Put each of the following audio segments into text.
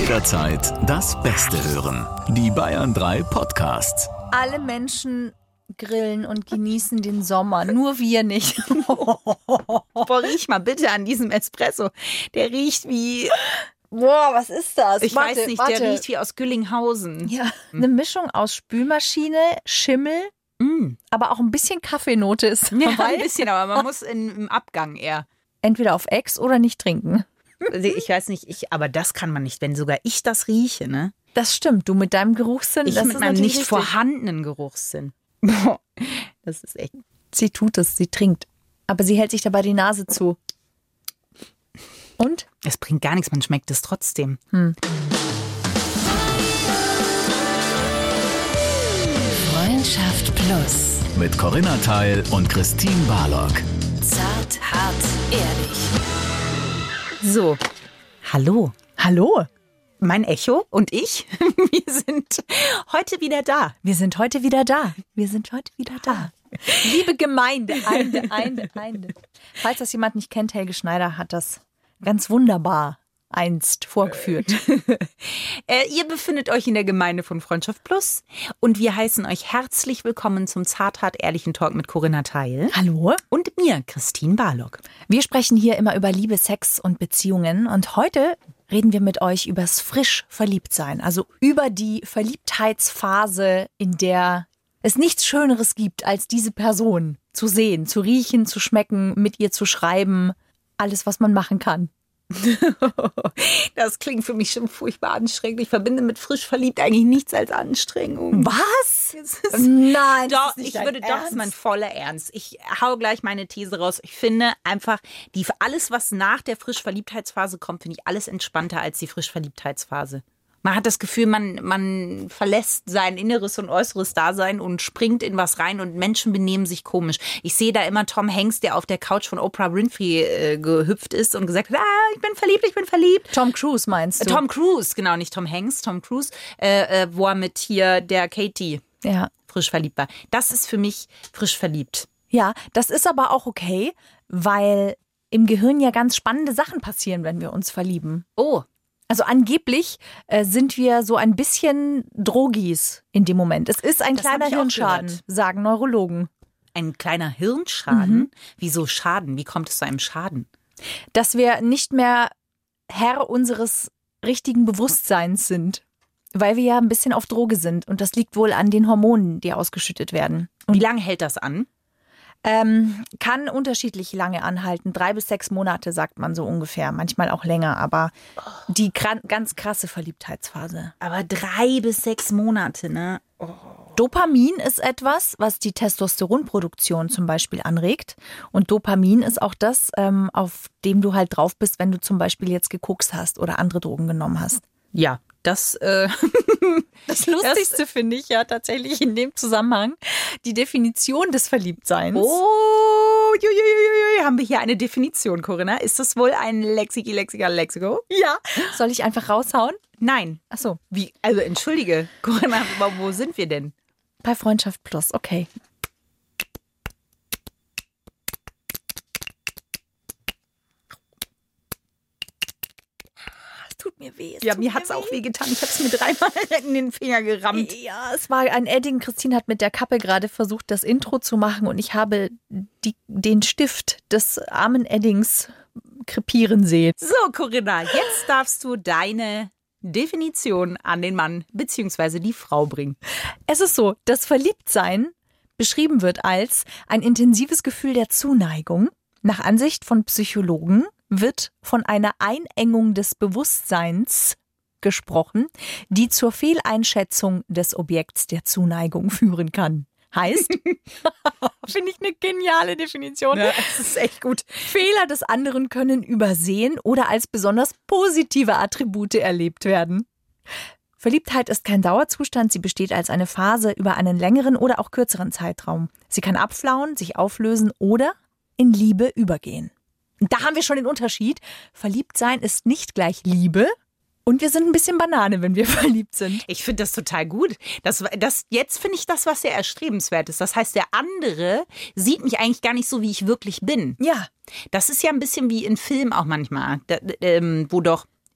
Jederzeit das Beste hören. Die Bayern 3 Podcasts. Alle Menschen grillen und genießen den Sommer, nur wir nicht. Boah, riech mal bitte an diesem Espresso. Der riecht wie... Boah, was ist das? Ich weiß nicht, der riecht wie aus Güllinghausen. Ja, eine Mischung aus Spülmaschine, Schimmel, aber auch ein bisschen Kaffeenote ist dabei. Ja, ein bisschen, aber man muss im Abgang eher. Entweder auf Ex oder nicht trinken. Also ich weiß nicht, aber das kann man nicht, wenn sogar ich das rieche, ne? Das stimmt, du mit deinem Geruchssinn. Ich das mit ist meinem natürlich nicht richtig. vorhandenen Geruchssinn. Boah, das ist echt... Sie tut es, sie trinkt. Aber sie hält sich dabei die Nase zu. Und? Es bringt gar nichts, man schmeckt es trotzdem. Freundschaft Plus. Mit Corinna Teil und Christine Barlock. Zart, hart, ehrlich. So, hallo. Hallo, Mein Echo und ich, wir sind heute wieder da. wir sind heute wieder da. Wir sind heute wieder da. Liebe Gemeinde, Einde. Falls das jemand nicht kennt, Helge Schneider hat das ganz wunderbar einst vorgeführt. Ihr befindet euch in der Gemeinde von Freundschaft Plus und wir heißen euch herzlich willkommen zum zart-hart-ehrlichen Talk mit Corinna Teil Hallo? und mir, Christine Barlock. Wir sprechen hier immer über Liebe, Sex und Beziehungen und heute reden wir mit euch übers frisch Verliebtsein, also über die Verliebtheitsphase, in der es nichts Schöneres gibt, als diese Person zu sehen, zu riechen, zu schmecken, mit ihr zu schreiben, alles, was man machen kann. Das klingt für mich schon furchtbar anstrengend. Ich verbinde mit frisch verliebt eigentlich nichts als Anstrengung. Was? Es ist- Nein, Doch, das ist mein voller Ernst. Ich hau gleich meine These raus. Ich finde einfach, alles, was nach der Frischverliebtheitsphase kommt, finde ich alles entspannter als die Frischverliebtheitsphase. Man hat das Gefühl, man verlässt sein inneres und äußeres Dasein und springt in was rein und Menschen benehmen sich komisch. Ich sehe da immer Tom Hanks, der auf der Couch von Oprah Winfrey gehüpft ist und gesagt hat, ich bin verliebt. Tom Cruise meinst du? Tom Cruise, genau, nicht Tom Hanks, Tom Cruise, wo er mit hier der Katie Ja. frisch verliebt war. Das ist für mich frisch verliebt. Ja, das ist aber auch okay, weil im Gehirn ja ganz spannende Sachen passieren, wenn wir uns verlieben. Oh, Also angeblich sind wir so ein bisschen Drogis in dem Moment. Es ist ein Das kleiner hab ich auch Hirnschaden, gehört. sagen Neurologen. ein kleiner Hirnschaden. Wieso Schaden? Wie kommt es zu einem Schaden? Dass wir nicht mehr Herr unseres richtigen Bewusstseins sind. Weil wir ja ein bisschen auf Droge sind. Und das liegt wohl an den Hormonen, die ausgeschüttet werden. Wie lange hält das an? Kann unterschiedlich lange anhalten. 3 bis 6 Monate, sagt man so ungefähr. Manchmal auch länger. Aber die ganz krasse Verliebtheitsphase. Aber 3 bis 6 Monate, ne? Dopamin ist etwas, was die Testosteronproduktion zum Beispiel anregt. Und Dopamin ist auch das, auf dem du halt drauf bist, wenn du zum Beispiel jetzt gekokst hast oder andere Drogen genommen hast. Ja, das Das Lustigste finde ich ja tatsächlich in dem Zusammenhang die Definition des Verliebtseins. Oh, haben wir hier eine Definition, Corinna? Ist das wohl ein Lexiko? Ja. Soll ich einfach raushauen? Nein. Ach so, Wie? Also entschuldige, Corinna, wo sind wir denn? bei Freundschaft Plus, okay. Es tut mir weh. Ja, mir hat's auch wehgetan. Ich hab's mir 3-mal in den Finger gerammt. Ja, es war ein Edding. Christine hat mit der Kappe gerade versucht, das Intro zu machen und ich habe den Stift des armen Eddings krepieren sehen. So, Corinna, jetzt darfst du deine Definition an den Mann bzw. die Frau bringen. Es ist so, dass Verliebtsein beschrieben wird als ein intensives Gefühl der Zuneigung. Nach Ansicht von Psychologen wird von einer Einengung des Bewusstseins gesprochen, die zur Fehleinschätzung des Objekts der Zuneigung führen kann. Heißt, finde ich eine geniale Definition. Ja, das ist echt gut. Fehler des anderen können übersehen oder als besonders positive Attribute erlebt werden. Verliebtheit ist kein Dauerzustand, sie besteht als eine Phase über einen längeren oder auch kürzeren Zeitraum. Sie kann abflauen, sich auflösen oder in Liebe übergehen. Und da haben wir schon den Unterschied. Verliebtsein ist nicht gleich Liebe. Und wir sind ein bisschen Banane, wenn wir verliebt sind. Ich finde das total gut. Jetzt finde ich das, was sehr erstrebenswert ist. Das heißt, der andere sieht mich eigentlich gar nicht so, wie ich wirklich bin. Ja. Das ist ja ein bisschen wie in Filmen auch manchmal, wo doch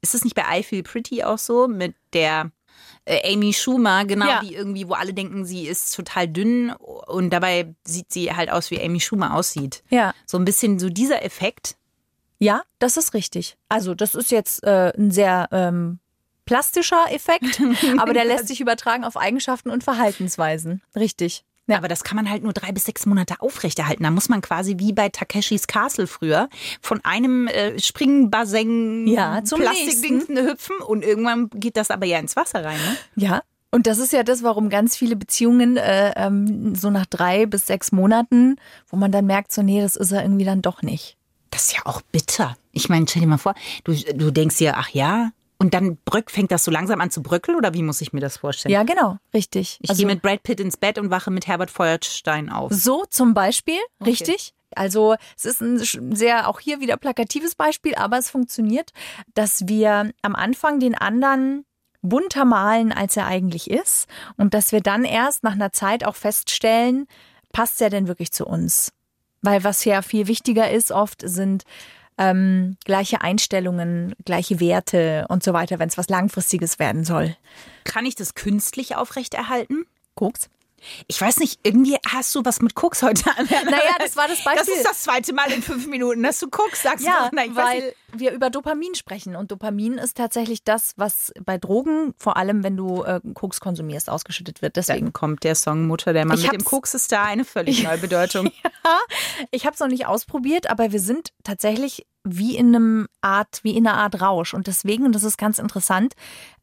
ist es nicht bei I Feel Pretty auch so mit der Amy Schumer, genau, Ja. die irgendwie, wo alle denken, sie ist total dünn und dabei sieht sie halt aus, wie Amy Schumer aussieht. Ja. So ein bisschen so dieser Effekt. Ja, das ist richtig. Also das ist jetzt ein sehr plastischer Effekt, aber der lässt sich übertragen auf Eigenschaften und Verhaltensweisen. Richtig. Ja. Aber das kann man halt nur 3 bis 6 Monate aufrechterhalten. Da muss man quasi wie bei Takeshis Castle früher von einem Springbassin zum Plastikding hüpfen und irgendwann geht das aber ja ins Wasser rein, ne? Ja. Und das ist ja das, warum ganz viele Beziehungen so nach 3 bis 6 Monaten, wo man dann merkt, so nee, das ist er irgendwie dann doch nicht. Das ist ja auch bitter. Ich meine, stell dir mal vor, du denkst dir, ach ja, und dann fängt das so langsam an zu bröckeln oder wie muss ich mir das vorstellen? Ja, genau, richtig. Ich gehe mit Brad Pitt ins Bett und wache mit Herbert Feuerstein auf. So zum Beispiel, richtig. Also es ist ein sehr, auch hier wieder plakatives Beispiel, aber es funktioniert, dass wir am Anfang den anderen bunter malen, als er eigentlich ist und dass wir dann erst nach einer Zeit auch feststellen, passt er denn wirklich zu uns? Weil was ja viel wichtiger ist oft sind gleiche Einstellungen, gleiche Werte und so weiter, wenn es was Langfristiges werden soll. Kann ich das künstlich aufrechterhalten? Koks? Ich weiß nicht, irgendwie hast du was mit Koks heute an. Naja, das war das Beispiel. Das ist das zweite Mal in 5 Minuten, dass du Koks sagst. Ja, du, nein, ich weiß nicht. weil wir über Dopamin sprechen. Und Dopamin ist tatsächlich das, was bei Drogen, vor allem wenn du Koks konsumierst, ausgeschüttet wird. Deswegen Dann kommt der Song Mutter, der Mann mit dem Koks ist da, eine völlig neue Bedeutung. Ja, ich habe es noch nicht ausprobiert, aber wir sind tatsächlich wie in einer Art Rausch. Und deswegen, und das ist ganz interessant,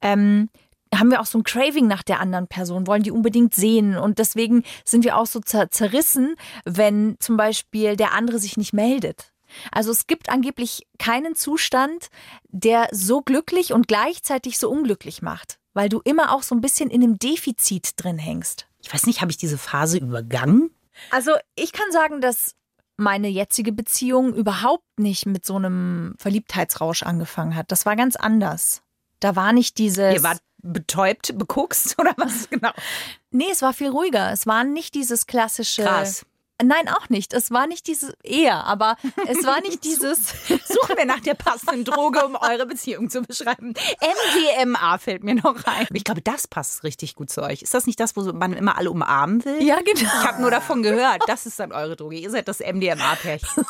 haben wir auch so ein Craving nach der anderen Person, wollen die unbedingt sehen. Und deswegen sind wir auch so zerrissen, wenn zum Beispiel der andere sich nicht meldet. Also es gibt angeblich keinen Zustand, der so glücklich und gleichzeitig so unglücklich macht, weil du immer auch so ein bisschen in einem Defizit drin hängst. Ich weiß nicht, habe ich diese Phase übergangen? Also ich kann sagen, dass meine jetzige Beziehung überhaupt nicht mit so einem Verliebtheitsrausch angefangen hat. Das war ganz anders. Da war nicht dieses... Ihr wart betäubt, bekokst oder was genau? Nee, es war viel ruhiger. Es war nicht dieses klassische... Krass. Nein, auch nicht. Es war nicht dieses... Eher, aber es war nicht dieses... Suchen wir nach der passenden Droge, um eure Beziehung zu beschreiben. MDMA fällt mir noch ein. Ich glaube, das passt richtig gut zu euch. Ist das nicht das, wo man immer alle umarmen will? Ja, genau. Ich habe nur davon gehört. Das ist dann eure Droge. Ihr seid das MDMA-Pärchen.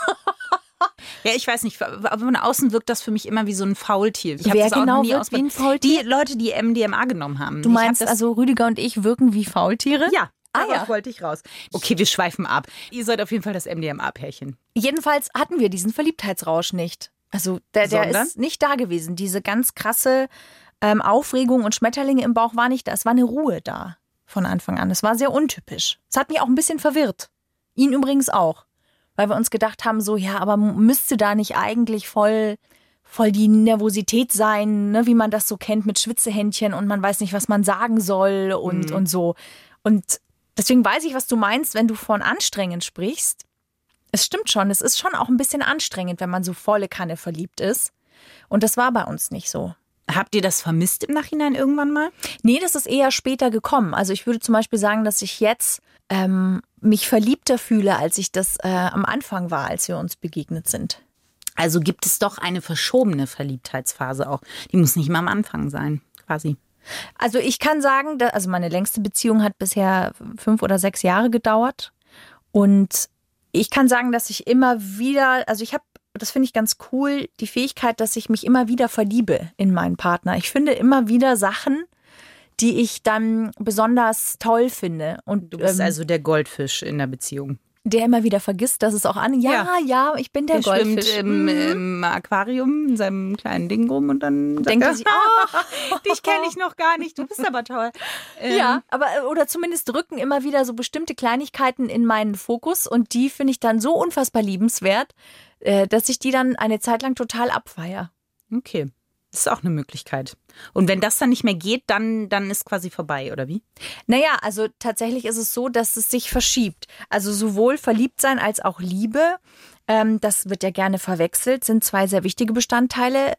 Ja, ich weiß nicht, aber von außen wirkt das für mich immer wie so ein Faultier. Ich Wer das auch genau noch nie wirkt wie ein Faultier? Die Leute, die MDMA genommen haben. Du meinst also, Rüdiger und ich wirken wie Faultiere? Ja. Ah, Darauf ja. wollte ich raus. Okay, wir schweifen ab. Ihr seid auf jeden Fall das MDMA-Pärchen. Jedenfalls hatten wir diesen Verliebtheitsrausch nicht. Also der Sondern? ist nicht da gewesen. Diese ganz krasse Aufregung und Schmetterlinge im Bauch war nicht da. Es war eine Ruhe da von Anfang an. Es war sehr untypisch. Es hat mich auch ein bisschen verwirrt. Ihn übrigens auch. Weil wir uns gedacht haben, so, ja, aber müsste da nicht eigentlich voll die Nervosität sein, ne, wie man das so kennt mit Schwitzehändchen und man weiß nicht, was man sagen soll und so. Und deswegen weiß ich, was du meinst, wenn du von anstrengend sprichst. Es stimmt schon, es ist schon auch ein bisschen anstrengend, wenn man so volle Kanne verliebt ist. Und das war bei uns nicht so. Habt ihr das vermisst im Nachhinein irgendwann mal? Nee, das ist eher später gekommen. Also ich würde zum Beispiel sagen, dass ich jetzt mich verliebter fühle, als ich das am Anfang war, als wir uns begegnet sind. Also gibt es doch eine verschobene Verliebtheitsphase auch. Die muss nicht mal am Anfang sein, quasi. Also ich kann sagen, also meine längste Beziehung hat bisher 5 oder 6 Jahre gedauert. Und ich kann sagen, dass ich immer wieder, also ich habe, das finde ich ganz cool, die Fähigkeit, dass ich mich immer wieder verliebe in meinen Partner. Ich finde immer wieder Sachen, die ich dann besonders toll finde. Und Du bist also der Goldfisch in der Beziehung. der immer wieder vergisst, dass es auch ja, ich bin der Goldfisch. Schwimmt im Aquarium in seinem kleinen Ding rum und dann Denkt er sich, dich kenne ich noch gar nicht, du bist aber toll. Ja, aber oder zumindest rücken immer wieder so bestimmte Kleinigkeiten in meinen Fokus und die finde ich dann so unfassbar liebenswert, dass ich die dann eine Zeit lang total abfeiere. Okay, das ist auch eine Möglichkeit. Und wenn das dann nicht mehr geht, dann ist quasi vorbei, oder wie? Naja, also tatsächlich ist es so, dass es sich verschiebt. Also sowohl Verliebtsein als auch Liebe, das wird ja gerne verwechselt, sind 2 sehr wichtige Bestandteile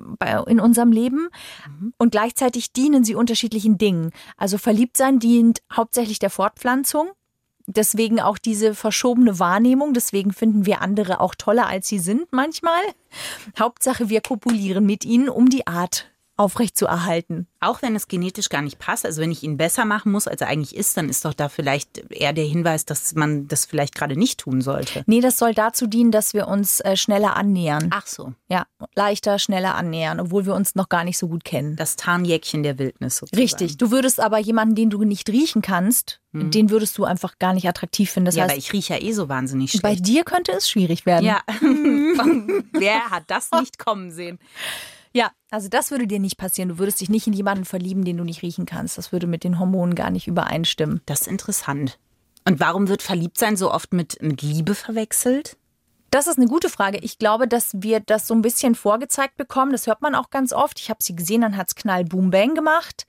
in unserem Leben. Und gleichzeitig dienen sie unterschiedlichen Dingen. Also Verliebtsein dient hauptsächlich der Fortpflanzung. Deswegen auch diese verschobene Wahrnehmung. Deswegen finden wir andere auch toller, als sie sind manchmal. Hauptsache, wir kopulieren mit ihnen, um die Art aufrechtzuerhalten. Auch wenn es genetisch gar nicht passt, also wenn ich ihn besser machen muss, als er eigentlich ist, dann ist doch da vielleicht eher der Hinweis, dass man das vielleicht gerade nicht tun sollte. Nee, das soll dazu dienen, dass wir uns schneller annähern. Ach so. Ja, leichter, schneller annähern, obwohl wir uns noch gar nicht so gut kennen. Das Tarnjäckchen der Wildnis sozusagen. Richtig. Du würdest aber jemanden, den du nicht riechen kannst, den würdest du einfach gar nicht attraktiv finden. Das Ja, heißt, aber ich rieche ja eh so wahnsinnig schlecht. bei dir könnte es schwierig werden. Ja, wer hat das nicht kommen sehen? Ja, also das würde dir nicht passieren. Du würdest dich nicht in jemanden verlieben, den du nicht riechen kannst. Das würde mit den Hormonen gar nicht übereinstimmen. Das ist interessant. Und warum wird Verliebtsein so oft mit Liebe verwechselt? Das ist eine gute Frage. Ich glaube, dass wir das so ein bisschen vorgezeigt bekommen. Das hört man auch ganz oft. Ich habe sie gesehen, dann hat es Knall, Boom, Bang gemacht.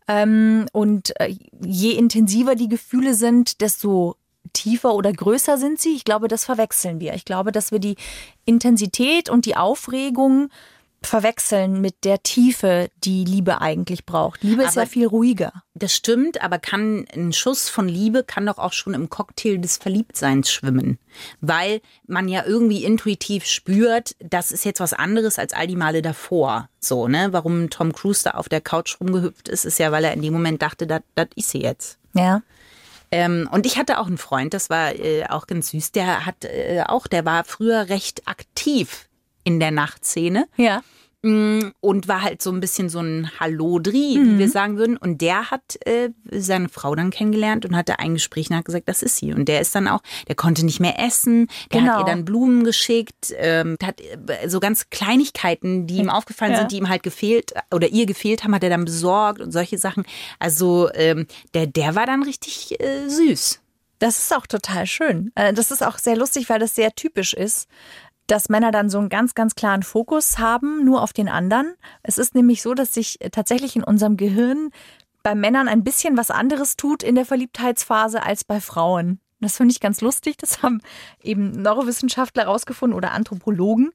Je intensiver die Gefühle sind, desto tiefer oder größer sind sie. Ich glaube, das verwechseln wir. Ich glaube, dass wir die Intensität und die Aufregung verwechseln mit der Tiefe, die Liebe eigentlich braucht. Liebe ist ja viel ruhiger. Das stimmt, aber ein Schuss von Liebe kann doch auch schon im Cocktail des Verliebtseins schwimmen. Weil man ja irgendwie intuitiv spürt, das ist jetzt was anderes als all die Male davor. So, ne? Warum Tom Cruise da auf der Couch rumgehüpft ist ja, weil er in dem Moment dachte, das ist sie jetzt. Ja. Und ich hatte auch einen Freund, das war auch ganz süß, der war früher recht aktiv in der Nachtszene. Ja. Und war halt so ein bisschen so ein Hallodri, wie wir sagen würden. Und der hat seine Frau dann kennengelernt und hatte ein Gespräch und hat gesagt, das ist sie. Und der ist dann auch, der konnte nicht mehr essen, der hat ihr dann Blumen geschickt, hat so ganz Kleinigkeiten, die ihm aufgefallen sind, die ihm halt gefehlt oder ihr gefehlt haben, hat er dann besorgt und solche Sachen. Also der war dann richtig süß. Das ist auch total schön. Das ist auch sehr lustig, weil das sehr typisch ist, dass Männer dann so einen ganz, ganz klaren Fokus haben, nur auf den anderen. Es ist nämlich so, dass sich tatsächlich in unserem Gehirn bei Männern ein bisschen was anderes tut in der Verliebtheitsphase als bei Frauen. Das finde ich ganz lustig. Das haben eben Neurowissenschaftler rausgefunden oder Anthropologen.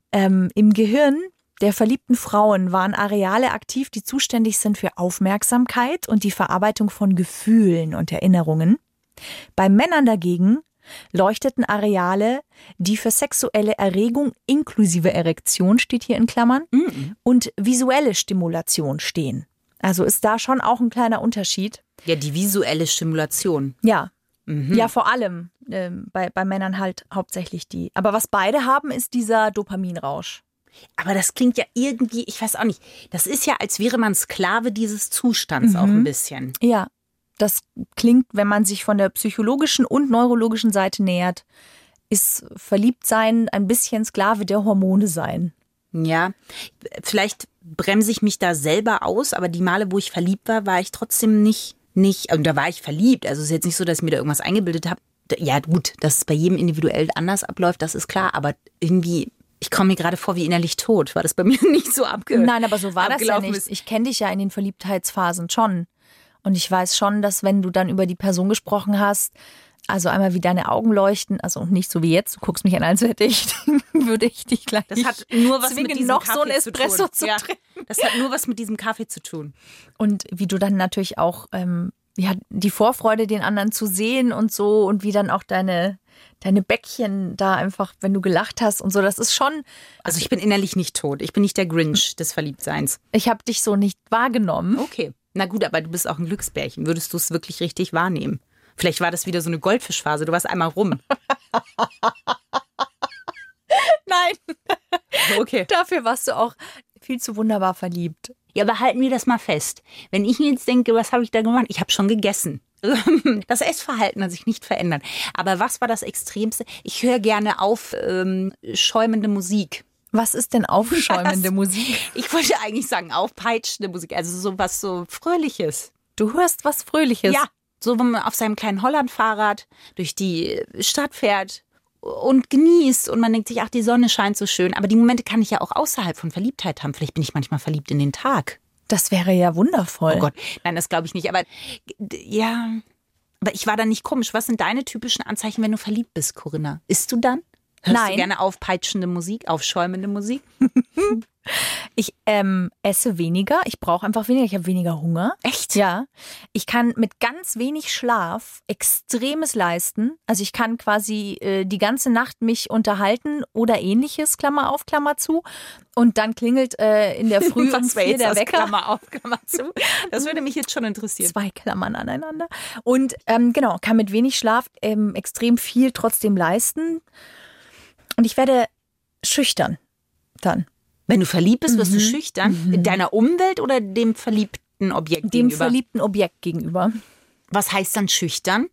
Im Gehirn der verliebten Frauen waren Areale aktiv, die zuständig sind für Aufmerksamkeit und die Verarbeitung von Gefühlen und Erinnerungen. Bei Männern dagegen leuchteten Areale, die für sexuelle Erregung inklusive Erektion, steht hier in Klammern, und visuelle Stimulation stehen. Also ist da schon auch ein kleiner Unterschied. Ja, die visuelle Stimulation. Ja, ja, vor allem bei Männern halt hauptsächlich die. Aber was beide haben, ist dieser Dopaminrausch. Aber das klingt ja irgendwie, ich weiß auch nicht, das ist ja, als wäre man Sklave dieses Zustands auch ein bisschen. Ja. Das klingt, wenn man sich von der psychologischen und neurologischen Seite nähert, ist Verliebtsein ein bisschen Sklave der Hormone sein. Ja, vielleicht bremse ich mich da selber aus, aber die Male, wo ich verliebt war, war ich trotzdem nicht, und da war ich verliebt. Also es ist jetzt nicht so, dass ich mir da irgendwas eingebildet habe. Ja gut, dass es bei jedem individuell anders abläuft, das ist klar, aber irgendwie, ich komme mir gerade vor wie innerlich tot. War das bei mir nicht so Nein, aber so war das ja nicht. Ist. Ich kenne dich ja in den Verliebtheitsphasen schon. Und ich weiß schon, dass wenn du dann über die Person gesprochen hast, also einmal wie deine Augen leuchten, also nicht so wie jetzt, du guckst mich an, als würde ich dich gleich das hat nur was zwingen, mit diesem noch Kaffee so ein Espresso zu trinken. Das hat nur was mit diesem Kaffee zu tun. Und wie du dann natürlich auch die Vorfreude, den anderen zu sehen und so, und wie dann auch deine Bäckchen da einfach, wenn du gelacht hast und so, das ist schon... Also ich bin innerlich nicht tot, ich bin nicht der Grinch des Verliebtseins. Ich habe dich so nicht wahrgenommen. Okay. Na gut, aber du bist auch ein Glücksbärchen. Würdest du es wirklich richtig wahrnehmen? Vielleicht war das wieder so eine Goldfischphase. Du warst einmal rum. Nein. Okay. Dafür warst du auch viel zu wunderbar verliebt. Ja, aber halten wir das mal fest. Wenn ich mir jetzt denke, was habe ich da gemacht? Ich habe schon gegessen. Das Essverhalten hat sich nicht verändert. Aber was war das Extremste? Ich höre gerne auf schäumende Musik. Was ist denn aufschäumende Musik? Ich wollte eigentlich sagen, aufpeitschende Musik, also sowas so Fröhliches. Du hörst was Fröhliches? Ja, so wenn man auf seinem kleinen Holland-Fahrrad durch die Stadt fährt und genießt und man denkt sich, ach, die Sonne scheint so schön. Aber die Momente kann ich ja auch außerhalb von Verliebtheit haben. Vielleicht bin ich manchmal verliebt in den Tag. Das wäre ja wundervoll. Oh Gott, nein, das glaube ich nicht. Aber ja, aber ich war dann nicht komisch. Was sind deine typischen Anzeichen, wenn du verliebt bist, Corinna? Isst du dann? Hörst Nein. du gerne aufpeitschende Musik, aufschäumende Musik? Ich esse weniger. Ich brauche einfach weniger. Ich habe weniger Hunger. Echt? Ja. Ich kann mit ganz wenig Schlaf Extremes leisten. Also ich kann quasi die ganze Nacht mich unterhalten oder ähnliches, Klammer auf, Klammer zu. Und dann klingelt in der Früh um 4 der Wecker. Klammer auf, Klammer zu. Das würde mich jetzt schon interessieren. 2 Klammern aneinander. Und genau, kann mit wenig Schlaf extrem viel trotzdem leisten. Und ich werde schüchtern dann. Wenn du verliebt bist, wirst du schüchtern. In deiner Umwelt oder dem verliebten Objekt Dem gegenüber? verliebten Objekt gegenüber. Was heißt dann schüchtern?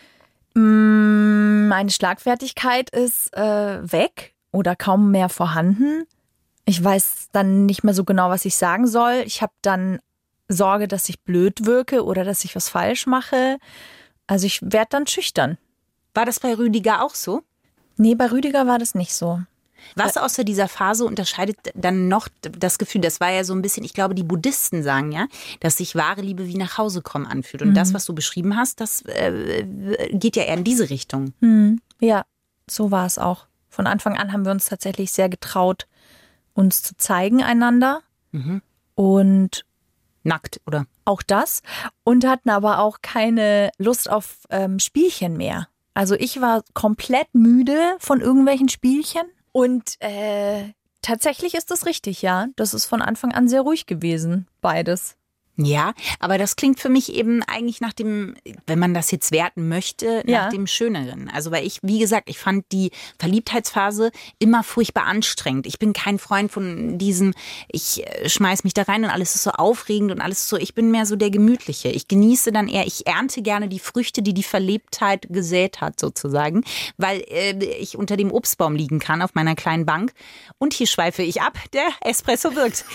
Meine Schlagfertigkeit ist weg oder kaum mehr vorhanden. Ich weiß dann nicht mehr so genau, was ich sagen soll. Ich habe dann Sorge, dass ich blöd wirke oder dass ich was falsch mache. Also ich werde dann schüchtern. War das bei Rüdiger auch so? Nee, bei Rüdiger war das nicht so. Was außer dieser Phase unterscheidet dann noch das Gefühl, das war ja so ein bisschen, ich glaube, die Buddhisten sagen ja, dass sich wahre Liebe wie nach Hause kommen anfühlt. Und das, was du beschrieben hast, das geht ja eher in diese Richtung. Ja, so war es auch. Von Anfang an haben wir uns tatsächlich sehr getraut, uns zu zeigen einander. Und Nackt, oder? auch das. Und hatten aber auch keine Lust auf Spielchen mehr. Also ich war komplett müde von irgendwelchen Spielchen. Und tatsächlich ist das richtig, ja. Das ist von Anfang an sehr ruhig gewesen, beides. Ja, aber das klingt für mich eben eigentlich nach dem, wenn man das jetzt werten möchte, Ja. nach dem Schöneren. Also weil ich, wie gesagt, ich fand die Verliebtheitsphase immer furchtbar anstrengend. Ich bin kein Freund von diesem, ich schmeiß mich da rein und alles ist so aufregend und alles ist so, ich bin mehr so der Gemütliche. Ich genieße dann eher, ich ernte gerne die Früchte, die die Verliebtheit gesät hat sozusagen, weil ich unter dem Obstbaum liegen kann auf meiner kleinen Bank. Und hier schweife ich ab, der Espresso wirkt.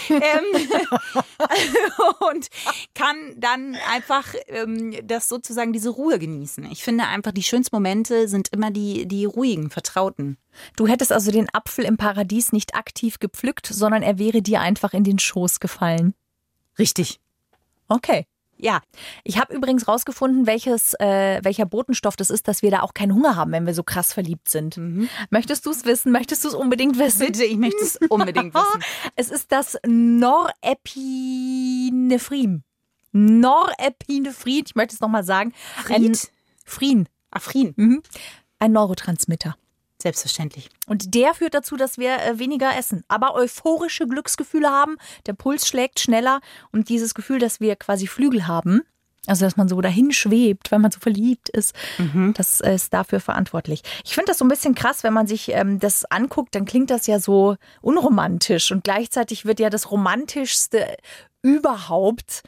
Und kann dann einfach das sozusagen diese Ruhe genießen. Ich finde einfach, die schönsten Momente sind immer die ruhigen, vertrauten. Du hättest also den Apfel im Paradies nicht aktiv gepflückt, sondern er wäre dir einfach in den Schoß gefallen. Richtig. Okay. Ja. Ich habe übrigens rausgefunden, welcher Botenstoff das ist, dass wir da auch keinen Hunger haben, wenn wir so krass verliebt sind. Möchtest du es wissen? Möchtest du es unbedingt wissen? Bitte, ich möchte es unbedingt wissen. Es ist das Norepinephrine. Norepinephrine, ich möchte es nochmal sagen. Phrin. Afrin. Ein Neurotransmitter. Selbstverständlich. Und der führt dazu, dass wir weniger essen, aber euphorische Glücksgefühle haben. Der Puls schlägt schneller und dieses Gefühl, dass wir quasi Flügel haben, also dass man so dahin schwebt, wenn man so verliebt ist, das ist dafür verantwortlich. Ich finde das so ein bisschen krass, wenn man sich das anguckt, dann klingt das ja so unromantisch und gleichzeitig wird ja das Romantischste überhaupt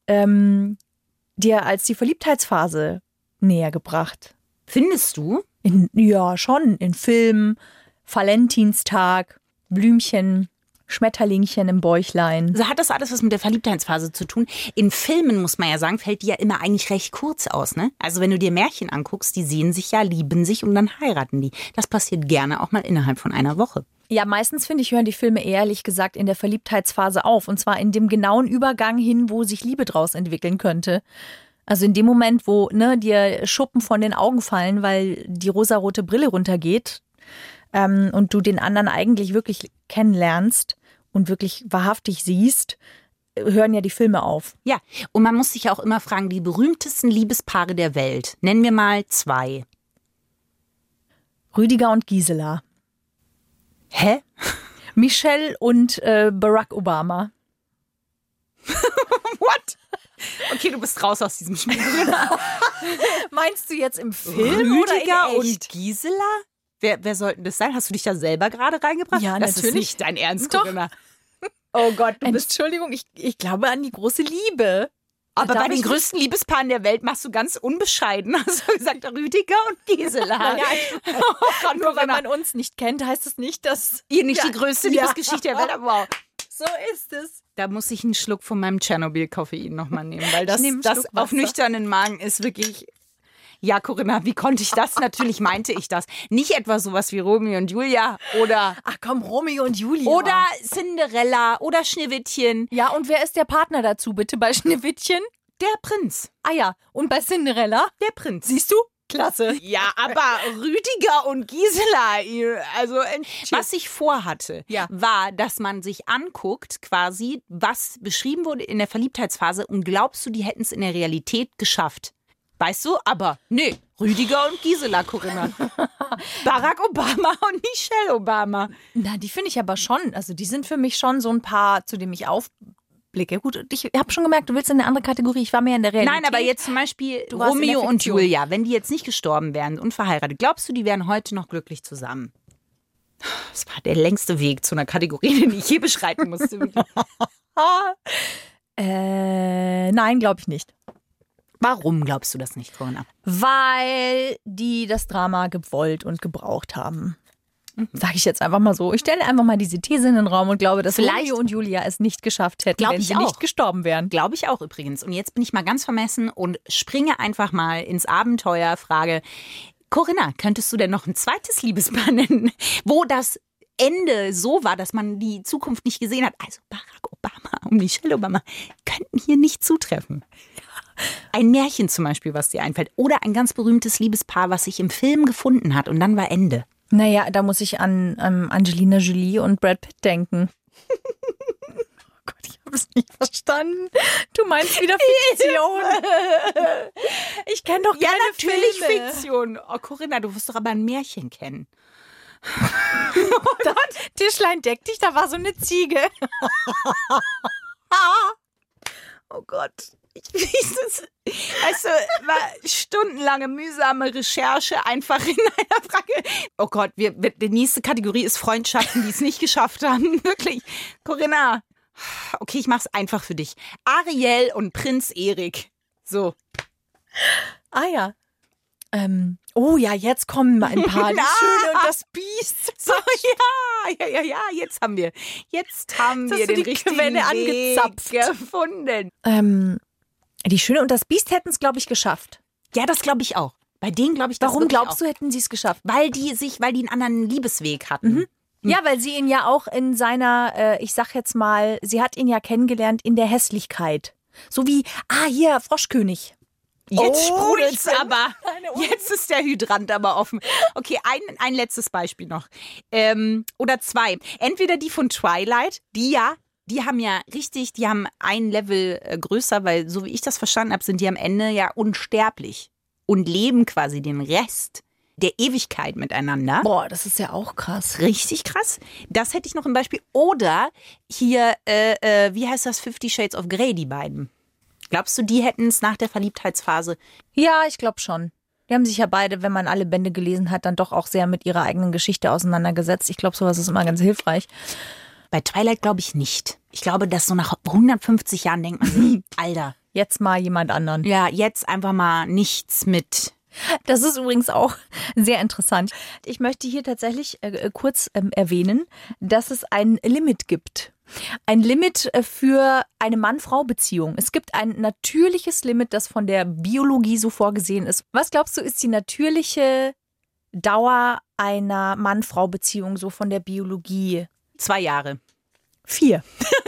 dir als die Verliebtheitsphase näher gebracht. Findest du? Ja, schon. In Filmen, Valentinstag, Blümchen, Schmetterlingchen im Bäuchlein. Also hat das alles was mit der Verliebtheitsphase zu tun? In Filmen, muss man ja sagen, fällt die ja immer eigentlich recht kurz aus, ne? Also wenn du dir Märchen anguckst, die sehen sich ja, lieben sich und dann heiraten die. Das passiert gerne auch mal innerhalb von einer Woche. Ja, meistens, finde ich, hören die Filme ehrlich gesagt in der Verliebtheitsphase auf. Und zwar in dem genauen Übergang hin, wo sich Liebe draus entwickeln könnte. Also in dem Moment, wo dir Schuppen von den Augen fallen, weil die rosarote Brille runtergeht und du den anderen eigentlich wirklich kennenlernst und wirklich wahrhaftig siehst, hören ja die Filme auf. Ja, und man muss sich auch immer fragen, die berühmtesten Liebespaare der Welt. Nennen wir mal 2. Rüdiger und Gisela. Hä? Michelle und Barack Obama. What? Okay, du bist raus aus diesem Spiel. Meinst du jetzt im Film oder Rüdiger in und echt? Gisela? Wer sollten das sein? Hast du dich da selber gerade reingebracht? Ja, das natürlich. ist nicht dein Ernst, Doch. Corinna. Oh Gott, du bist... Entschuldigung, ich glaube an die große Liebe. Aber Darf bei den ich größten Liebespaaren der Welt machst du ganz unbescheiden. Hast du gesagt, Rüdiger und Gisela. Naja, Oh, nur weil man uns nicht kennt, heißt es nicht, dass ihr nicht die größte Ja. Liebesgeschichte der Welt habt. Wow. so ist es. Da muss ich einen Schluck von meinem Tschernobyl-Koffein nochmal nehmen, weil das, Ich nehme einen das Schluck auf Wasser. nüchternen Magen ist wirklich... Ja, Corinna, wie konnte ich das? Natürlich meinte ich das. Nicht etwa sowas wie Romeo und Julia oder Ach komm, Romeo und Julia. oder Cinderella oder Schneewittchen. Ja, und wer ist der Partner dazu bitte bei Schneewittchen? Der Prinz. Ah ja, und bei Cinderella? Der Prinz. Siehst du? Klasse. Ja, aber Rüdiger und Gisela, also was ich vorhatte, war, dass man sich anguckt, quasi, was beschrieben wurde in der Verliebtheitsphase und glaubst du, die hätten es in der Realität geschafft? Weißt du? Aber nee, Rüdiger und Gisela, Corinna. Barack Obama und Michelle Obama. Na, die finde ich aber schon, also die sind für mich schon so ein Paar, zu dem ich aufblicke. Gut, ich habe schon gemerkt, du willst in eine andere Kategorie, ich war mehr in der Realität. Nein, aber jetzt zum Beispiel Du warst in Romeo der und Fiktion. Julia, wenn die jetzt nicht gestorben wären und verheiratet, glaubst du, die wären heute noch glücklich zusammen? Das war der längste Weg zu einer Kategorie, den ich je beschreiten musste. Nein, glaube ich nicht. Warum glaubst du das nicht, Corinna? Weil die das Drama gewollt und gebraucht haben. Sag ich jetzt einfach mal so. Ich stelle einfach mal diese These in den Raum und glaube, dass Vielleicht- Romeo und Julia es nicht geschafft hätten, Glaub wenn ich sie auch. nicht gestorben wären. Glaube ich auch übrigens. Und jetzt bin ich mal ganz vermessen und springe einfach mal ins Abenteuer, frage, Corinna, könntest du denn noch ein zweites Liebespaar nennen, wo das Ende so war, dass man die Zukunft nicht gesehen hat? Also Barack Obama und Michelle Obama könnten hier nicht zutreffen. Ein Märchen zum Beispiel, was dir einfällt. Oder ein ganz berühmtes Liebespaar, was sich im Film gefunden hat und dann war Ende. Naja, da muss ich an Angelina Jolie und Brad Pitt denken. Oh Gott, ich habe es nicht verstanden. Du meinst wieder Fiktion. Ich kenne doch keine natürlich Filme. Fiktion. Oh, Corinna, du wirst doch aber ein Märchen kennen. Tischlein deck dich, da war so eine Ziege. Oh Gott. Weißt du, war stundenlange mühsame Recherche einfach in einer Frage. Oh Gott, die nächste Kategorie ist Freundschaften, die es nicht geschafft haben. Wirklich. Corinna. Okay, ich mach's einfach für dich. Ariel und Prinz Erik. So. Ah ja. Oh ja, jetzt kommen mal ein paar. Die Schöne und das Biest. So, ja, jetzt haben wir Hast du den die richtigen Quelle Weg angezapft? gefunden. Die Schöne und das Biest hätten es, glaube ich, geschafft. Ja, das glaube ich auch. Bei denen glaube ich das Warum wirklich glaubst auch. du, hätten sie es geschafft? Weil die einen anderen Liebesweg hatten. Ja, weil sie ihn ja auch in seiner, ich sag jetzt mal, sie hat ihn ja kennengelernt in der Hässlichkeit. So wie, hier, Froschkönig. Jetzt Oh, sprudelt's ich bin aber. Jetzt ist der Hydrant aber offen. Okay, ein letztes Beispiel noch. Oder zwei. Entweder die von Twilight, die haben ja richtig, die haben ein Level größer, weil so wie ich das verstanden habe, sind die am Ende ja unsterblich und leben quasi den Rest der Ewigkeit miteinander. Boah, das ist ja auch krass. Richtig krass. Das hätte ich noch im Beispiel. Oder hier, wie heißt das, 50 Shades of Grey, die beiden. Glaubst du, die hätten es nach der Verliebtheitsphase? Ja, ich glaube schon. Die haben sich ja beide, wenn man alle Bände gelesen hat, dann doch auch sehr mit ihrer eigenen Geschichte auseinandergesetzt. Ich glaube, sowas ist immer ganz hilfreich. Bei Twilight glaube ich nicht. Ich glaube, dass so nach 150 Jahren denkt man sich, Alter, Jetzt mal jemand anderen. ja, jetzt einfach mal nichts mit. Das ist übrigens auch sehr interessant. Ich möchte hier tatsächlich kurz erwähnen, dass es ein Limit gibt. Ein Limit für eine Mann-Frau-Beziehung. Es gibt ein natürliches Limit, das von der Biologie so vorgesehen ist. Was glaubst du, ist die natürliche Dauer einer Mann-Frau-Beziehung so von der Biologie? 2 Jahre. 4.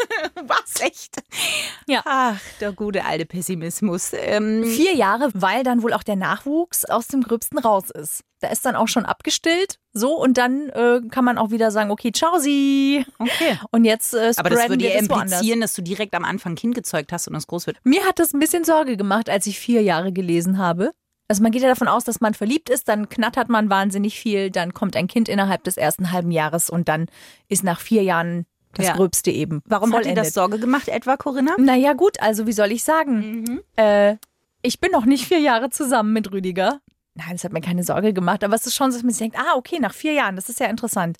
Was, echt? Ja. Ach, der gute alte Pessimismus. 4 Jahre, weil dann wohl auch der Nachwuchs aus dem Gröbsten raus ist. Da ist dann auch schon abgestillt, so, und dann kann man auch wieder sagen, okay, ciao sie. Okay. Und jetzt Aber das würde wir ja das woanders. implizieren, dass du direkt am Anfang ein Kind gezeugt hast und es groß wird. Mir hat das ein bisschen Sorge gemacht, als ich 4 Jahre gelesen habe. Also man geht ja davon aus, dass man verliebt ist, dann knattert man wahnsinnig viel, dann kommt ein Kind innerhalb des ersten halben Jahres und dann ist nach 4 Jahren das Ja. Gröbste eben. Warum hat dir vollendet. das Sorge gemacht, etwa, Corinna? Naja gut, also wie soll ich sagen? Ich bin noch nicht 4 Jahre zusammen mit Rüdiger. Nein, das hat mir keine Sorge gemacht, aber es ist schon so, dass man sich denkt, okay, nach 4 Jahren, das ist ja interessant.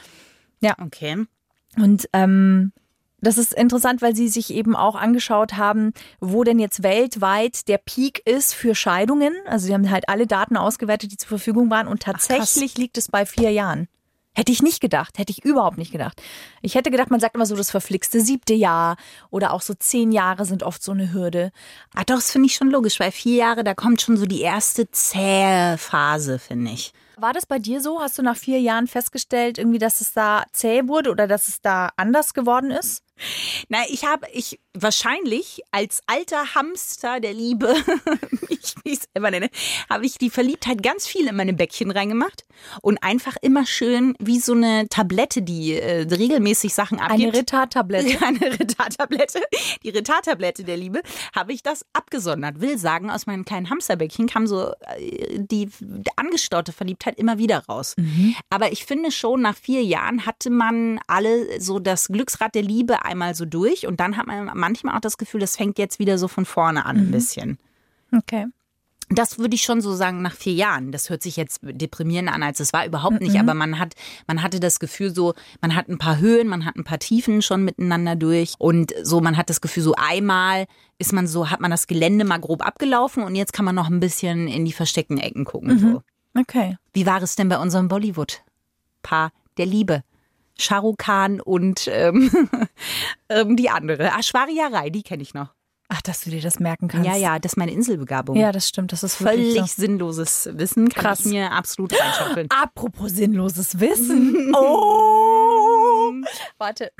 Okay. Und das ist interessant, weil sie sich eben auch angeschaut haben, wo denn jetzt weltweit der Peak ist für Scheidungen. Also sie haben halt alle Daten ausgewertet, die zur Verfügung waren und tatsächlich liegt es bei 4 Jahren. Hätte ich nicht gedacht, hätte ich überhaupt nicht gedacht. Ich hätte gedacht, man sagt immer so das verflixte 7. Jahr oder auch so 10 Jahre sind oft so eine Hürde. Ah, doch, das finde ich schon logisch, weil 4 Jahre, da kommt schon so die erste zähe Phase, finde ich. War das bei dir so? Hast du nach 4 Jahren festgestellt, irgendwie, dass es da zäh wurde oder dass es da anders geworden ist? Na, ich wahrscheinlich als alter Hamster der Liebe, wie ich es selber nenne, habe ich die Verliebtheit ganz viel in meine Bäckchen reingemacht und einfach immer schön wie so eine Tablette, die regelmäßig Sachen abgibt. Eine Retardtablette. Eine Retardtablette. Die Retardtablette der Liebe, habe ich das abgesondert. Will sagen, aus meinem kleinen Hamsterbäckchen kam so die angestaute Verliebtheit immer wieder raus. Aber ich finde schon, nach 4 Jahren hatte man alle so das Glücksrad der Liebe einmal so durch und dann hat man manchmal auch das Gefühl, das fängt jetzt wieder so von vorne an ein bisschen. Okay. Das würde ich schon so sagen nach 4 Jahren. Das hört sich jetzt deprimierender an, als es war, überhaupt nicht. Aber man hatte das Gefühl so, man hat ein paar Höhen, man hat ein paar Tiefen schon miteinander durch. Und so, man hat das Gefühl so, einmal hat man das Gelände mal grob abgelaufen und jetzt kann man noch ein bisschen in die versteckten Ecken gucken. So. Okay. Wie war es denn bei unserem Bollywood-Paar der Liebe? Shah Rukh Khan und die andere, Aishwarya Rai, die kenne ich noch. Ach, dass du dir das merken kannst. Ja, das ist meine Inselbegabung. Ja, das stimmt. Das ist völlig Völlig sinnloses Wissen, kann ich mir absolut reinschaufeln. Apropos sinnloses Wissen. Oh! Warte.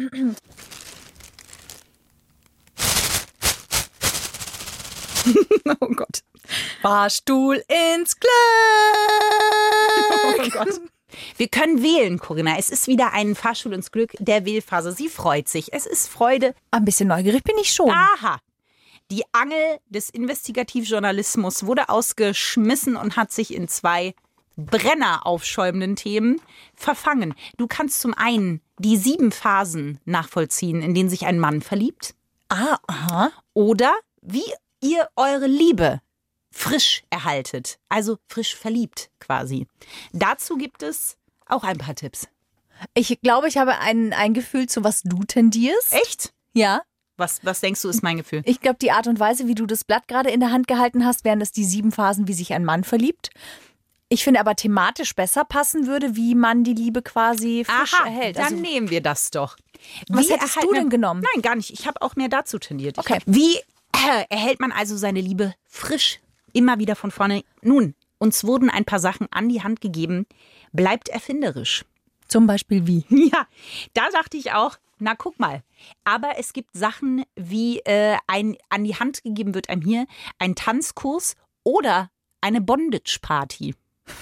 Oh Gott. Fahrstuhl ins Glück. Oh Gott. Wir können wählen, Corinna. Es ist wieder ein Fahrstuhl ins Glück der Wählphase. Sie freut sich. Es ist Freude. Ein bisschen neugierig bin ich schon. Aha. Die Angel des Investigativjournalismus wurde ausgeschmissen und hat sich in 2 brenneraufschäumenden Themen verfangen. Du kannst zum einen die 7 Phasen nachvollziehen, in denen sich ein Mann verliebt. Aha. Oder wie ihr eure Liebe frisch erhaltet, also frisch verliebt quasi. Dazu gibt es auch ein paar Tipps. Ich glaube, ich habe ein Gefühl, zu was du tendierst. Echt? Ja. Was denkst du, ist mein Gefühl? Ich glaube, die Art und Weise, wie du das Blatt gerade in der Hand gehalten hast, wären es die 7 Phasen, wie sich ein Mann verliebt. Ich finde aber thematisch besser passen würde, wie man die Liebe quasi frisch erhält. Dann nehmen wir das doch. Was hättest du denn genommen? Nein, gar nicht. Ich habe auch mehr dazu tendiert. Okay. Wie erhält man also seine Liebe frisch? Immer wieder von vorne. Nun, uns wurden ein paar Sachen an die Hand gegeben. Bleibt erfinderisch. Zum Beispiel wie? Ja, da dachte ich auch, na guck mal. Aber es gibt Sachen, wie an die Hand gegeben wird einem hier ein Tanzkurs oder eine Bondage-Party.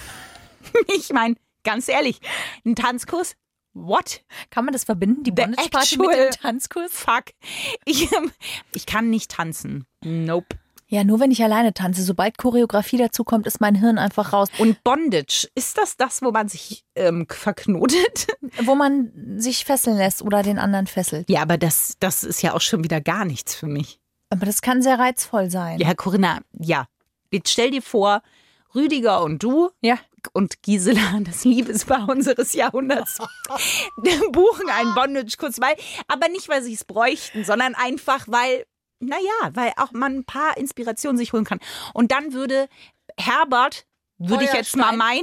Ich meine, ganz ehrlich, ein Tanzkurs? What? Kann man das verbinden, die Bondage-Party mit dem Tanzkurs? Fuck. Ich kann nicht tanzen. Nope. Ja, nur wenn ich alleine tanze. Sobald Choreografie dazu kommt, ist mein Hirn einfach raus. Und Bondage, ist das, wo man sich verknotet? Wo man sich fesseln lässt oder den anderen fesselt. Ja, aber das ist ja auch schon wieder gar nichts für mich. Aber das kann sehr reizvoll sein. Ja, Corinna, ja. Jetzt stell dir vor, Rüdiger und du und Gisela, das Liebespaar unseres Jahrhunderts, buchen einen Bondage-Kurs, aber nicht, weil sie es bräuchten, sondern einfach, weil auch man ein paar Inspirationen sich holen kann. Und dann würde Herbert, ich jetzt mal mein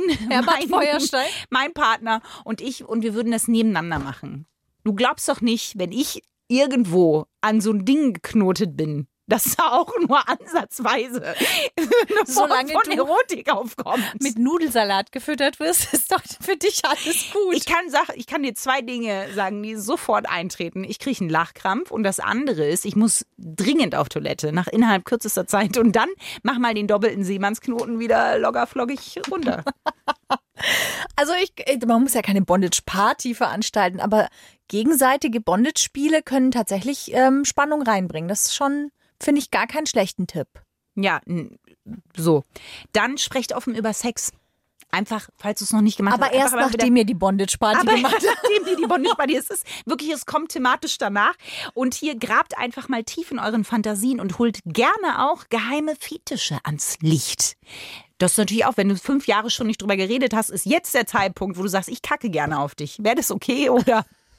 Partner und wir würden das nebeneinander machen. Du glaubst doch nicht, wenn ich irgendwo an so ein Ding geknotet bin, dass da auch nur ansatzweise eine Solange Form von du Erotik aufkommt. mit Nudelsalat gefüttert wirst, ist doch für dich alles gut. Ich kann dir 2 Dinge sagen, die sofort eintreten. Ich kriege einen Lachkrampf und das andere ist, ich muss dringend auf Toilette innerhalb kürzester Zeit und dann mach mal den doppelten Seemannsknoten wieder loggerfloggig runter. Also man muss ja keine Bondage-Party veranstalten, aber gegenseitige Bondage-Spiele können tatsächlich Spannung reinbringen. Das ist schon, finde ich, gar keinen schlechten Tipp. Ja, so. Dann sprecht offen über Sex. Einfach, falls du es noch nicht gemacht hast. Aber erst nachdem ihr die Bondage-Party gemacht habt. Nachdem ihr die Bondage-Party, es kommt thematisch danach. Und hier grabt einfach mal tief in euren Fantasien und holt gerne auch geheime Fetische ans Licht. Das ist natürlich auch, wenn du 5 Jahre schon nicht drüber geredet hast, ist jetzt der Zeitpunkt, wo du sagst, ich kacke gerne auf dich. Wäre das okay oder?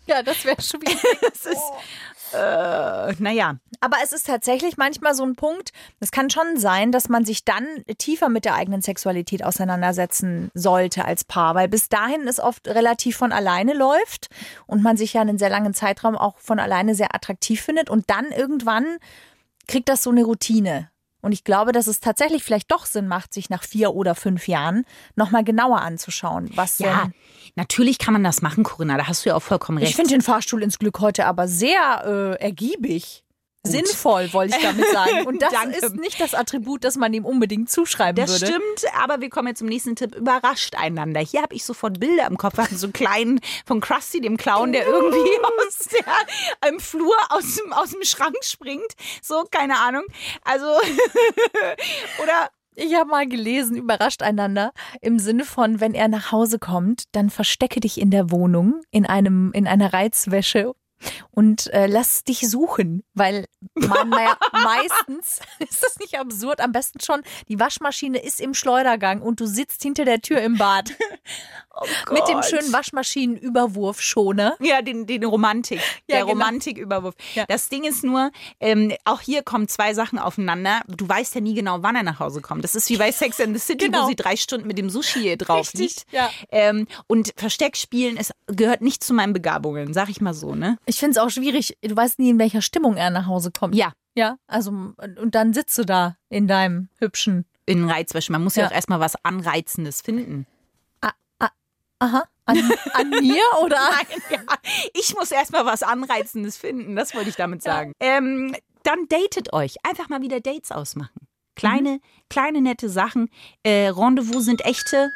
Ja, das wäre schwierig. Das ist, naja. Aber es ist tatsächlich manchmal so ein Punkt, es kann schon sein, dass man sich dann tiefer mit der eigenen Sexualität auseinandersetzen sollte als Paar, weil bis dahin es oft relativ von alleine läuft und man sich ja einen sehr langen Zeitraum auch von alleine sehr attraktiv findet und dann irgendwann kriegt das so eine Routine. Und ich glaube, dass es tatsächlich vielleicht doch Sinn macht, sich nach 4 oder 5 Jahren nochmal genauer anzuschauen, was Ja, natürlich kann man das machen, Corinna, da hast du ja auch vollkommen recht. Ich finde den Fahrstuhl ins Glück heute aber sehr ergiebig. Sinnvoll, wollte ich damit sagen. Und das Danke. ist nicht das Attribut, das man ihm unbedingt zuschreiben Das würde. stimmt, aber wir kommen jetzt zum nächsten Tipp. Überrascht einander. Hier habe ich sofort Bilder im Kopf. So einen kleinen von Krusty, dem Clown, der irgendwie im Flur aus dem Schrank springt. So, keine Ahnung. Also, oder... Ich habe mal gelesen, überrascht einander, im Sinne von, wenn er nach Hause kommt, dann verstecke dich in der Wohnung, in einer Reizwäsche und lass dich suchen, weil man ja meistens, ist das nicht absurd, am besten schon, die Waschmaschine ist im Schleudergang und du sitzt hinter der Tür im Bad. Oh Mit dem schönen Waschmaschinenüberwurfschoner. Ja, den Romantik. Ja, Der genau. Romantiküberwurf. Ja. Das Ding ist nur, auch hier kommen 2 Sachen aufeinander. Du weißt ja nie genau, wann er nach Hause kommt. Das ist wie bei Sex and the City, Genau. wo sie 3 Stunden mit dem Sushi drauf Richtig, liegt. ja. Und Versteckspielen gehört nicht zu meinen Begabungen, sag ich mal so, ne? Ich finde es auch schwierig, du weißt nie, in welcher Stimmung er nach Hause kommt. Ja. Ja, also, und dann sitzt du da in deinem hübschen. In Reizwäsche. Man muss ja Ja. auch erstmal was Anreizendes finden. Aha, an mir oder? Nein, ja. Ich muss erstmal was Anreizendes finden, das wollte ich damit sagen. Dann datet euch. Einfach mal wieder Dates ausmachen. Kleine nette Sachen. Rendezvous sind echte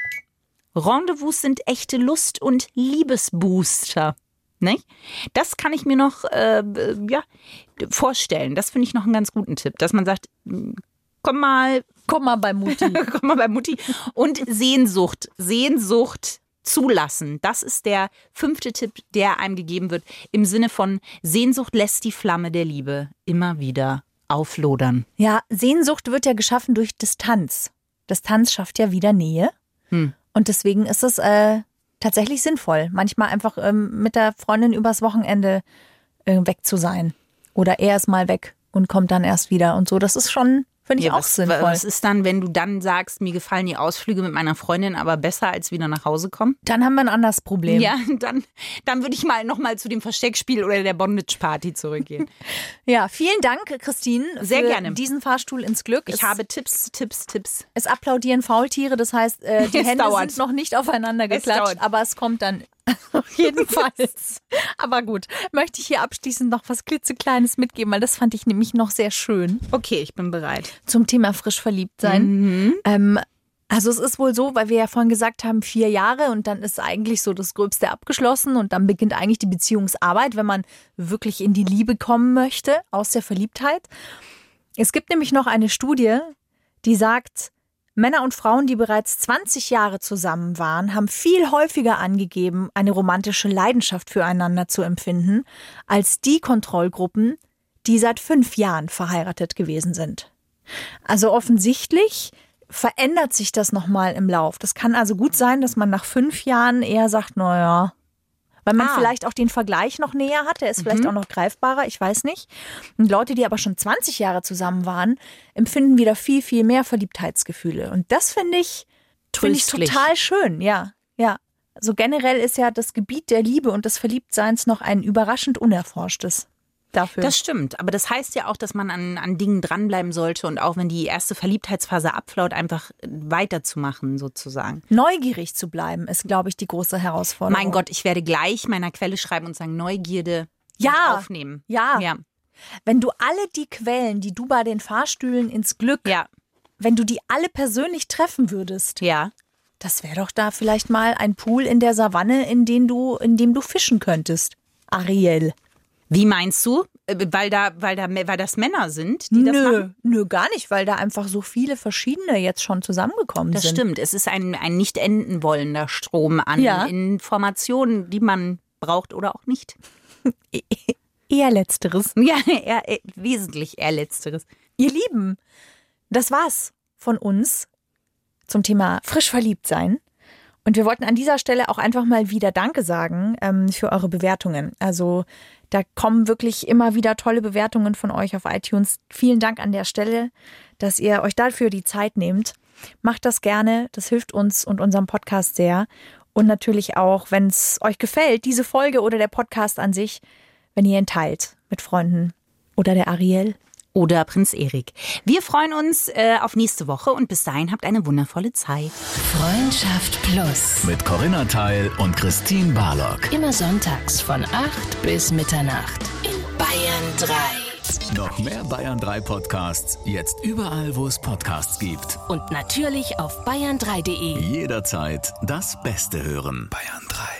Lust- und Liebesbooster. Nicht? Das kann ich mir noch vorstellen. Das finde ich noch einen ganz guten Tipp, dass man sagt, komm mal Bei Mutti. komm mal bei Mutti. Und Sehnsucht zulassen. Das ist der 5. Tipp, der einem gegeben wird. Im Sinne von Sehnsucht lässt die Flamme der Liebe immer wieder auflodern. Ja, Sehnsucht wird ja geschaffen durch Distanz. Distanz schafft ja wieder Nähe. Und deswegen ist es tatsächlich sinnvoll, manchmal einfach mit der Freundin übers Wochenende weg zu sein. Oder er ist mal weg und kommt dann erst wieder und so. Das ist schon, finde ich, auch sinnvoll. Was ist dann, wenn du dann sagst, mir gefallen die Ausflüge mit meiner Freundin aber besser als wieder nach Hause kommen? Dann haben wir ein anderes Problem. Ja, dann würde ich noch mal zu dem Versteckspiel oder der Bondage-Party zurückgehen. Ja, vielen Dank, Christine, Sehr für gerne. diesen Fahrstuhl ins Glück. Ich habe Tipps. Es applaudieren Faultiere, das heißt, die Hände dauert. sind noch nicht aufeinander Es geklatscht, dauert. aber es kommt dann jedenfalls. Aber gut, möchte ich hier abschließend noch was klitzekleines mitgeben, weil das fand ich nämlich noch sehr schön Okay, ich bin bereit. zum Thema frisch verliebt sein. Also es ist wohl so, weil wir ja vorhin gesagt haben, 4 Jahre und dann ist eigentlich so das Gröbste abgeschlossen und dann beginnt eigentlich die Beziehungsarbeit, wenn man wirklich in die Liebe kommen möchte, aus der Verliebtheit. Es gibt nämlich noch eine Studie, die sagt, Männer und Frauen, die bereits 20 Jahre zusammen waren, haben viel häufiger angegeben, eine romantische Leidenschaft füreinander zu empfinden, als die Kontrollgruppen, die seit 5 Jahren verheiratet gewesen sind. Also offensichtlich verändert sich das nochmal im Lauf. Das kann also gut sein, dass man nach 5 Jahren eher sagt, naja, weil man vielleicht auch den Vergleich noch näher hat, der ist vielleicht auch noch greifbarer, ich weiß nicht. Und Leute, die aber schon 20 Jahre zusammen waren, empfinden wieder viel, viel mehr Verliebtheitsgefühle. Und das finde ich Tröstlich. total schön, ja. Ja. Also generell ist ja das Gebiet der Liebe und des Verliebtseins noch ein überraschend unerforschtes dafür. Das stimmt, aber das heißt ja auch, dass man an Dingen dranbleiben sollte und auch wenn die erste Verliebtheitsphase abflaut, einfach weiterzumachen sozusagen. Neugierig zu bleiben, ist, glaube ich, die große Herausforderung. Mein Gott, ich werde gleich meiner Quelle schreiben und sagen, Neugierde Ja. mit aufnehmen. Ja. Ja. Wenn du alle die Quellen, die du bei den Fahrstühlen ins Glück, Ja. wenn du die alle persönlich treffen würdest, Ja. das wäre doch da vielleicht mal ein Pool in der Savanne, in dem du fischen könntest. Ariel. Wie meinst du? Weil das Männer sind, die das machen? Nö, gar nicht, weil da einfach so viele verschiedene jetzt schon zusammengekommen Das sind. stimmt. Es ist ein nicht enden wollender Strom an Ja. Informationen, die man braucht oder auch nicht. Eher Letzteres. Ja, wesentlich eher Letzteres. Ihr Lieben, das war's von uns zum Thema frisch verliebt sein. Und wir wollten an dieser Stelle auch einfach mal wieder Danke sagen für eure Bewertungen. Also da kommen wirklich immer wieder tolle Bewertungen von euch auf iTunes. Vielen Dank an der Stelle, dass ihr euch dafür die Zeit nehmt. Macht das gerne, das hilft uns und unserem Podcast sehr. Und natürlich auch, wenn es euch gefällt, diese Folge oder der Podcast an sich, wenn ihr ihn teilt mit Freunden oder der Ariel. Oder Prinz Erik. Wir freuen uns auf nächste Woche und bis dahin habt eine wundervolle Zeit. Freundschaft Plus. Mit Corinna Teil und Christine Barlock. Immer sonntags von 8 bis Mitternacht in Bayern 3. Noch mehr Bayern 3 Podcasts, jetzt überall, wo es Podcasts gibt. Und natürlich auf bayern3.de. Jederzeit das Beste hören. Bayern 3.